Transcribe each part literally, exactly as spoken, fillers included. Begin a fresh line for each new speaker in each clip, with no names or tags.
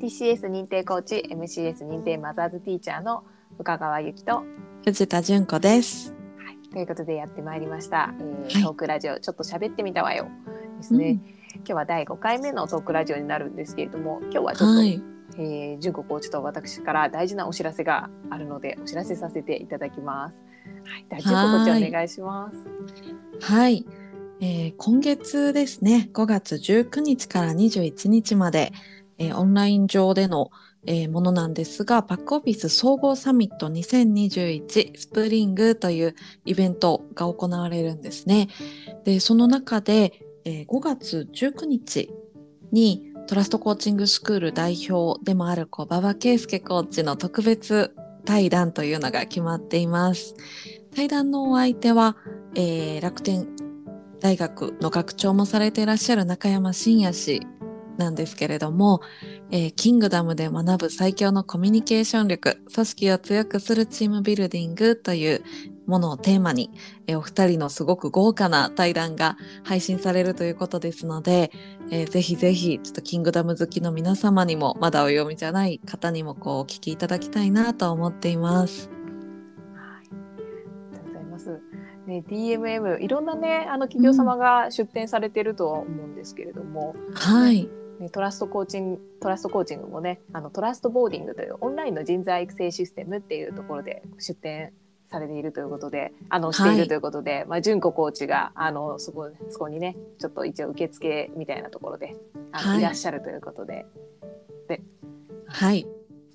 ティーシーエス 認定コーチ エムシーエス 認定マザーズティーチャーの深川由紀と、
藤田純子です、
はい、ということでやってまいりました、えー
はい、
トークラジオちょっと喋ってみたわよですね、うん、今日はだいごかいめのトークラジオになるんですけれども、今日はちょっと、はい、えー、純子コーチと私から大事なお知らせがあるのでお知らせさせていただきます。はい、では純子コーチお願いします。
はい、えー、今月ですね、ごがつじゅうくにちからにじゅういちにちまで、えー、オンライン上での、えー、ものなんですが、バックオフィス総合サミットにせんにじゅういちスプリングというイベントが行われるんですね。で、その中で、えー、ごがつじゅうくにちにトラストコーチングスクール代表でもあるこう馬場圭介コーチの特別対談というのが決まっています。対談のお相手は、えー、楽天大学の学長もされていらっしゃる中山真也氏なんですけれども、えー、キングダムで学ぶ最強のコミュニケーション力、組織を強くするチームビルディングというものをテーマに、えー、お二人のすごく豪華な対談が配信されるということですので、えー、ぜひぜひちょっとキングダム好きの皆様にも、まだお読みじゃない方にもこうお聞きいただきたいなと思っています。
はい、ありがとうございます。ね、ディーエムエム いろんなねあの企業様が出展されているとは思うんですけれども、
うん、はい、
ね、トラストコーチングトラストコーチングもね、あのトラストボーディングというオンラインの人材育成システムっていうところで出展されているということで、あのしているということで、はい、まあ、純子コーチがあのそこそこにねちょっと一応受付みたいなところであの、はい、いらっしゃるということで、で、
はい、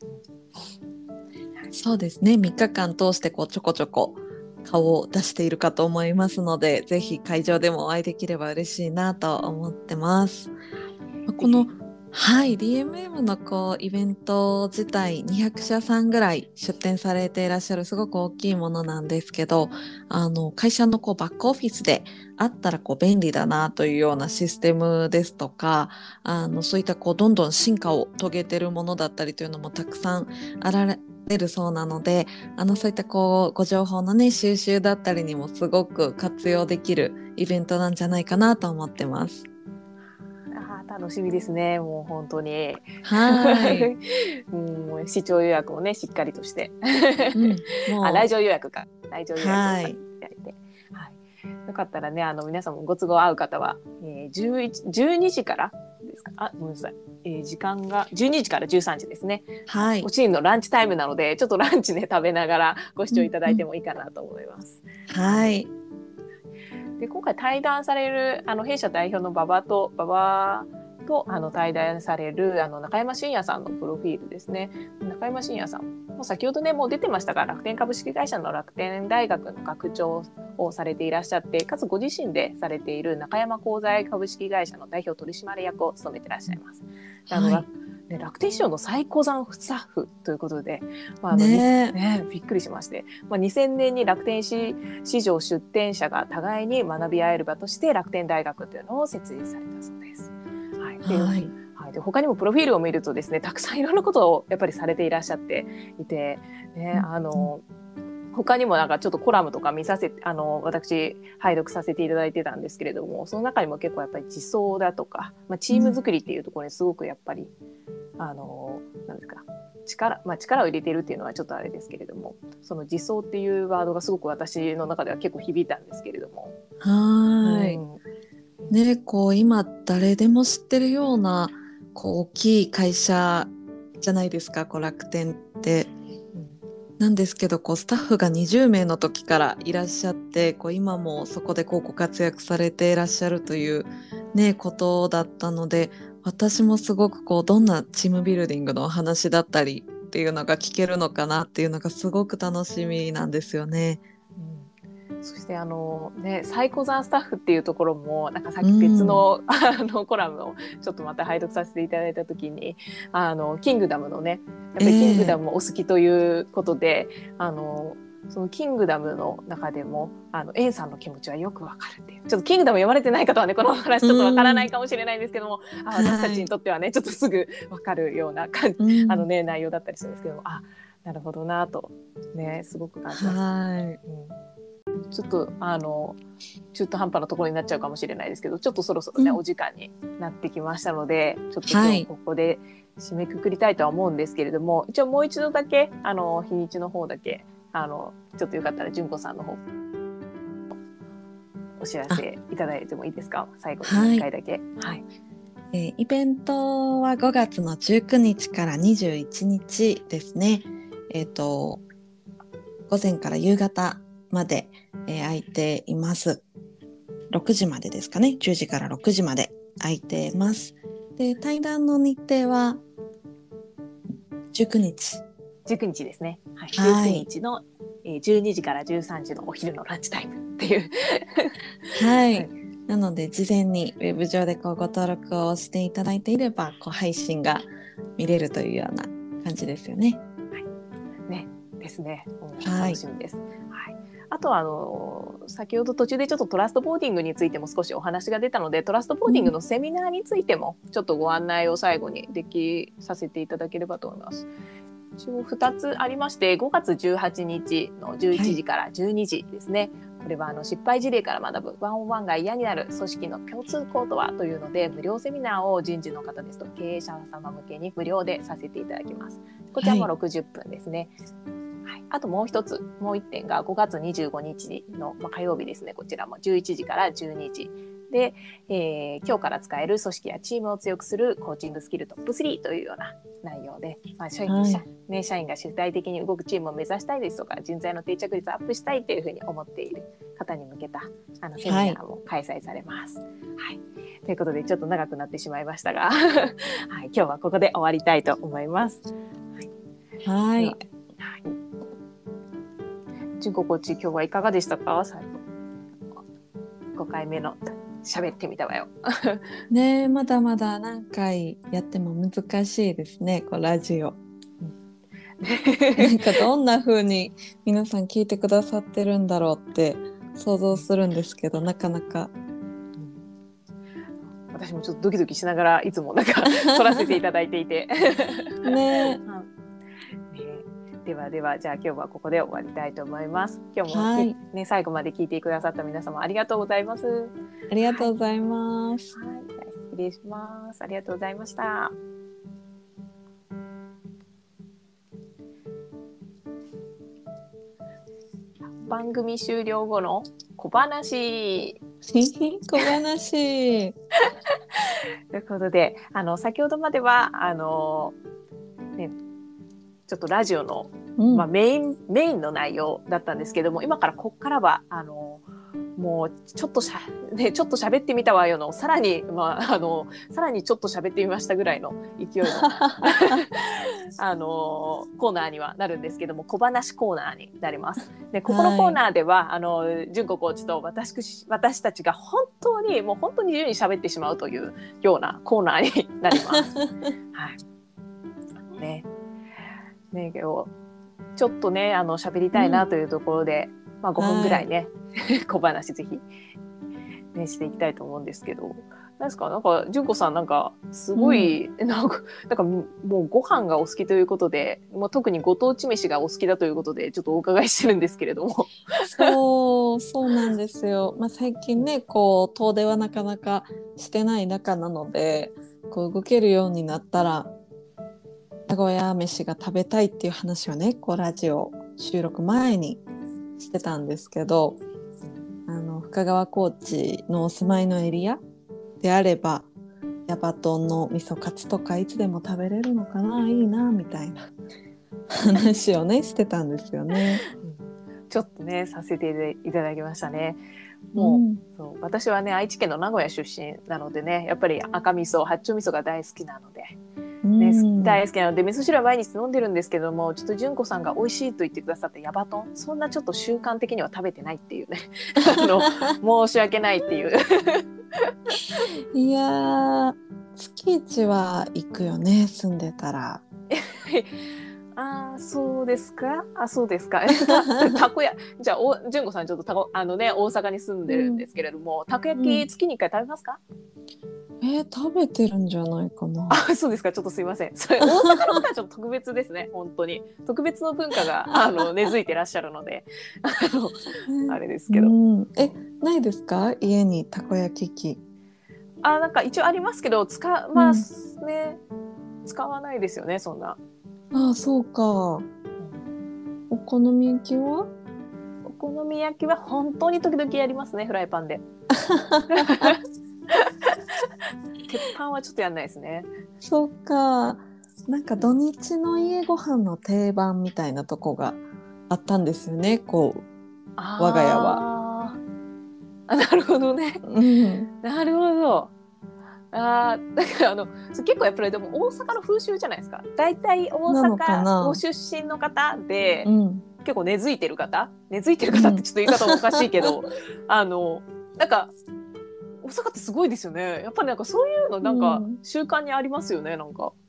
そうですね、みっかかん通してこうちょこちょこ顔を出しているかと思いますので、ぜひ会場でもお会いできれば嬉しいなと思ってます。この、はい、ディーエムエム のこうイベント自体にひゃくしゃさんぐらい出展されていらっしゃるすごく大きいものなんですけど、あの会社のこうバックオフィスであったらこう便利だなというようなシステムですとか、あのそういったこうどんどん進化を遂げているものだったりというのもたくさんあられるそうなので、あのそういったこうご情報のね収集だったりにもすごく活用できるイベントなんじゃないかなと思ってます。
あ、楽しみですね、もう本当に。
はい。
うん、視聴予約もねしっかりとして、
うん、もう
あ、来場予約か来場予約をさせてい
は
ただいて、はい、よかったらねあの皆さんもご都合合う方は、えー、じゅういち じゅうにじからですか、あ、ごめんなさい、えー、時間がじゅうにじからじゅうさんじですね。
はい。
おチームのランチタイムなので、ちょっとランチね食べながらご視聴いただいてもいいかなと思います。
うんうん、はい。
で、今回対談されるあの弊社代表の馬場と馬場とあの対談されるあの中山真也さんのプロフィールですね。中山真也さんもう先ほどねもう出てましたが、楽天株式会社の楽天大学の学長をされていらっしゃって、かつご自身でされている中山鋼材株式会社の代表取締役を務めていらっしゃいます。あの、はい、ね、楽天市場の最高山スタッフということで、まあ、あのねね、びっくりしまして、まあ、にせんねんに楽天市場出展者が互いに学び合える場として楽天大学というのを設立されたそうです。はい、で、はいはい、で他にもプロフィールを見るとですね、たくさんいろんなことをやっぱりされていらっしゃっていて、ね、あの、他にもなんかちょっとコラムとか見させて、あの、私、拝読させていただいてたんですけれども、その中にも結構やっぱり自走だとか、まあ、チーム作りっていうところにすごくやっぱり、うん、あの、なんですか、力、まあ、力を入れているっていうのはちょっとあれですけれども、その自走っていうワードがすごく私の中では結構響いたんですけれども。
はい。うんね、こう今誰でも知ってるようなこう大きい会社じゃないですか、こう楽天って、うん、なんですけどこうスタッフがにじゅうめいの時からいらっしゃって、こう今もそこでこうご活躍されていらっしゃるという、ね、ことだったので、私もすごくこうどんなチームビルディングのお話だったりっていうのが聞けるのかなっていうのがすごく楽しみなんですよね。
そしてあのね、最高山スタッフっていうところもなんかさっき別の、うん、あのコラムをちょっとまた拝読させていただいたときに、あのキングダムのね、やっぱりキングダムもお好きということで、えー、あのそのキングダムの中でもあのエンさんの気持ちはよくわかるっていう、ちょっとキングダム読まれてない方はねこの話ちょっとわからないかもしれないんですけども、うん、あ、私たちにとってはね、はい、ちょっとすぐわかるようなあの、ね、内容だったりするんですけども、あ、なるほどなとねすごく感じます。
はい、
うん、 ちょっとあの中途半端なところになっちゃうかもしれないですけど、ちょっとそろそろね、うん、お時間になってきましたので、ちょっと今日ここで締めくくりたいとは思うんですけれども、はい、一応もう一度だけあの日にちの方だけあのちょっとよかったら純子さんの方お知らせいただいてもいいですか？最後にいっかいだけ。はいはい、
えー、イベントはごがつのじゅうくにちからにじゅういちにちですね。えっと午前から夕方まで、えー、空いています。ろくじまでですかね。じゅうじからろくじまで空いています。で、対談の日程はじゅうくにち。
じゅうくにちですね。はい。じゅうくにちの、えー、じゅうにじからじゅうさんじのお昼のランチタイムっていう。
はい。はい、なので事前にウェブ上でこうご登録をしていただいていれば、こう配信が見れるというような感じですよね。
はい。ね。ですね。楽しみです。はい。はい、あとはあの先ほど途中でちょっとトラストボーディングについても少しお話が出たので、トラストボーディングのセミナーについてもちょっとご案内を最後にできさせていただければと思います。一応ふたつありまして、ごがつじゅうはちにちのじゅういちじからじゅうにじですね。はい、これはあの失敗事例から学ぶワンオンワンが嫌になる組織の共通項とはというので、無料セミナーを人事の方ですと経営者様向けに無料でさせていただきます。こちらもろくじゅっぷんですね。はい、あともう一つ、もう一点がごがつにじゅうごにちの、まあ、火曜日ですね。こちらもじゅういちじからじゅうにじで、えー、今日から使える組織やチームを強くするコーチングスキルトップスリーというような内容で、まあ社員、はいね、社員が主体的に動くチームを目指したいですとか、人材の定着率をアップしたいというふうに思っている方に向けたあのセミナーも開催されます。はいはい、ということでちょっと長くなってしまいましたが、はい、今日はここで終わりたいと思います。
はい。はい
純子コーチ、今日はいかがでしたか？最後ごかいめの喋ってみたわよ。
ねえ、まだまだ何回やっても難しいですね、こうラジオ。なんかどんな風に皆さん聞いてくださってるんだろうって想像するんですけど、なかなか。
私もちょっとドキドキしながらいつもなんか撮らせていただいていて。ねえ。ではでは、じゃあ今日はここで終わりたいと思います。今日も、はいね、最後まで聞いてくださった皆様ありがとうございます。
ありがとうございます。
はい、はい、失礼します。ありがとうございました。番組終了後の小話。
小話。
ということで、あの先ほどまではあのね。ちょっとラジオの、うんまあ、メインメインの内容だったんですけども、今からここからはあのもうちょっとしゃ、ね、ちょっと喋ってみたわよのさらに、まあ、あのさらにちょっと喋ってみましたぐらいの勢いのあのコーナーにはなるんですけども、小話コーナーになります。でここのコーナーでは、はい、あの純子コーチと私私たちが本当にもう本当に自由に喋ってしまうというようなコーナーになります。はいねね、ちょっとねあの喋りたいなというところで、うんまあ、ごふんぐらいね、はい、小話ぜひ、ね、していきたいと思うんですけど、なんですかなんか純子さんなんかすごい、うん、なんかなんかもうご飯がお好きということで、もう特にご当地飯がお好きだということでちょっとお伺いしてるんですけれども。
そうそうなんですよ、まあ、最近ねこう遠出はなかなかしてない中なので、こう動けるようになったら名古屋飯が食べたいっていう話をねこうラジオ収録前にしてたんですけど、あの深川コーチのお住まいのエリアであればヤバトンの味噌カツとかいつでも食べれるのかな、いいなみたいな話をねしてたんですよね。
ちょっとねさせていただきましたね。もう、うん、そう私はね愛知県の名古屋出身なのでね、やっぱり赤味噌八丁味噌が大好きなので、ね、大好きなので味噌汁は毎日飲んでるんですけども、ちょっと純子さんが美味しいと言ってくださったヤバトン、そんなちょっと習慣的には食べてないっていうねあの申し訳ないっていう
いやー月一は行くよね、住んでたら。
ああそうですか、あそうですかた, たこやじゃあお純子さんちょっとたこあのね大阪に住んでるんですけれども、うん、たこ焼き月にいっかい食べますか？
ええー、食べてるんじゃないかな。
あ、そうですか。ちょっとすいません。それ大阪の方はちょっと特別ですね。本当に特別の文化があの根付いてらっしゃるので、あのあれですけど。
うん、え、ないですか家にたこ焼き器。
あ、なんか一応ありますけど、使まあね、使わないですよね、そんな。
ああ、そうか。お好み焼きは？
お好み焼きは本当に時々やりますね、フライパンで。鉄板はちょっとやんないですね。
そうか。なんか土日の家ご飯の定番みたいなとこがあったんですよね。こう我が家は。
あ、なるほどね。
うん、
なるほど。ああ、だからあの結構やっぱりでも大阪の風習じゃないですか。だいたい大
なのか
阪
な。
ご出身の方で、
うん、
結構根付いてる方、根付いてる方ってちょっと言い方もおかしいけど、うん、あのなんか大阪ってすごいですよね。やっぱりなんかそういうのなんか習慣にありますよね。なんか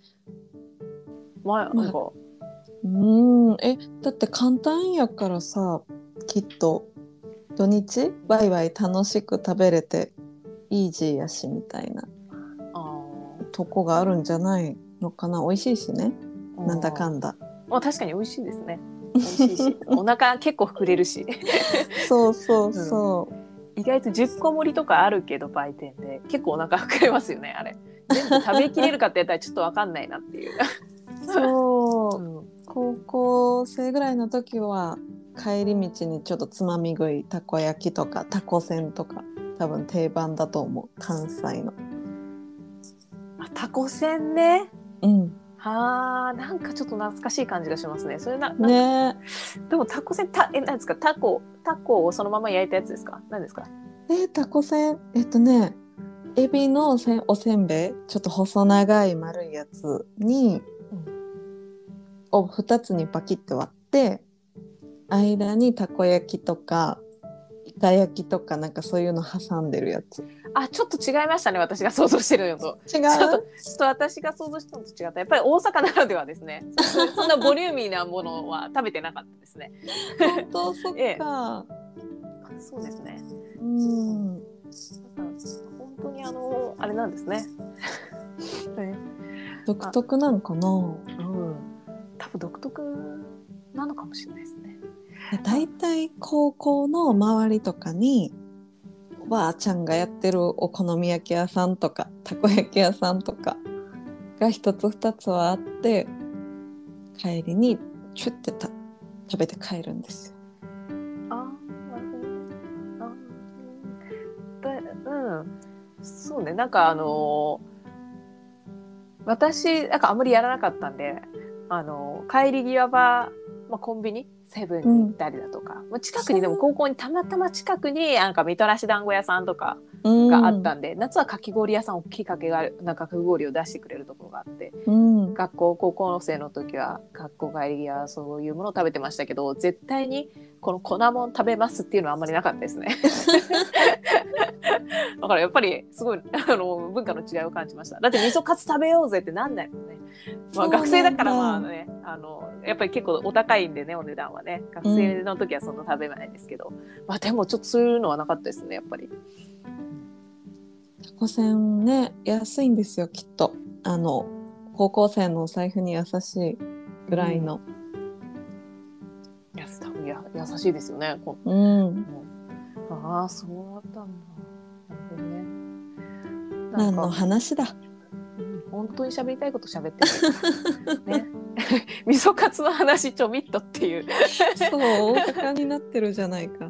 前なんか、
うん、え、だって簡単やからさ、きっと土日ワイワイ楽しく食べれてイージーやしみたいなとこがあるんじゃないのかな。美味しいしね、なんだかんだ。
まあ確かに美味しいですね。美味しいしお腹結構膨れるし
そうそうそう、
うん、意外とじゅっこ盛りとかあるけど売店で結構お腹膨れますよね。あれ全部食べきれるかってやったらちょっと分かんないなっていう
そう、
うん、
高校生ぐらいの時は帰り道にちょっとつまみ食い、たこ焼きとかたこせんとか多分定番だと思う、関西の。
あ、たこせんね。
うん、
はあ、なんかちょっと懐かしい感じがしますね。それな、なん
ね
でもタコせん、た、え、なんですか、タコ、タコをそのまま焼いたやつですか？何ですか？
えー、たこせん、えっとね、エビのせんおせんべい、ちょっと細長い丸いやつに、うん、をふたつにパキッと割って、間にたこ焼きとかイカ焼きとかなんかそういうの挟んでるやつ。
あ、ちょっと違いましたね。私が想像してるのと。
違う？
ちょっと、ちょっと私が想像したのと違った。やっぱり大阪ならではですね。そんなボリューミーなものは食べてなかったですね。
本当、そっか、ええ、
そうですね。
うん。
本当にあのあれなんですね。
独特なんかな。うん。
多分独特なのかもしれないですね。
だいたい高校の周りとかにおばあちゃんがやってるお好み焼き屋さんとかたこ焼き屋さんとかが一つ二つはあって、帰りにチュッてた食べて帰るんですよ。
あ、なるほど。あ、うん、そうね。なんかあのー、私なんかあんまりやらなかったんで、あのー、帰り際は、まあ、コンビニセブンに行ったりだとか、うん、近くにでも高校にたまたま近くになんかみたらし団子屋さんとかがあったんで、うん、夏はかき氷屋さん、大きいかき氷を出してくれるところがあって、うん、学校高校生の時は学校帰り際そういうものを食べてましたけど、絶対にこの粉もん食べますっていうのはあんまりなかったですね。だからやっぱりすごいあの文化の違いを感じました。だって味噌カツ食べようぜってなんないもんね。まあ、学生だからまあね、あのやっぱり結構お高いんでね、お値段はね。学生の時はそんな食べないですけど、うん、まあでもちょっとそういうのはなかったですね、やっぱり。
たこせんね、安いんですよきっと。あの高校生のお財布に優しいぐらいの。
うん、や多分や優しいですよね。
うん。うん、
ああ、そうだったんだ。なるほどね。
何の話だ。
本当に喋りたいこと喋ってるね。味噌カツの話ちょみっとっていう。
そう、大阪になってるじゃないか。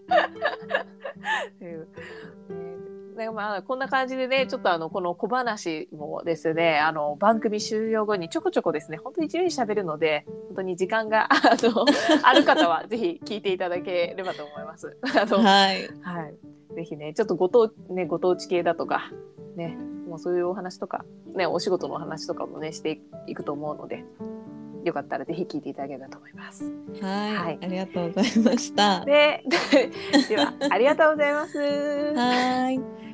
っていうね、まあ、こんな感じでね、ちょっとあのこの小話もですね、あの番組終了後にちょこちょこですね、本当に自由に喋るので、本当に時間があのある方はぜひ聞いていただければと思います。あの、はい、はい、ぜひね、ちょっとご当ねご当地系だとかね、もうそういうお話とかね、お仕事のお話とかもねしていくと思うので、よかったらぜひ聞いていただければと思います。
はい、はい、ありがとうございました。
で、ではありがとうございます。
はい。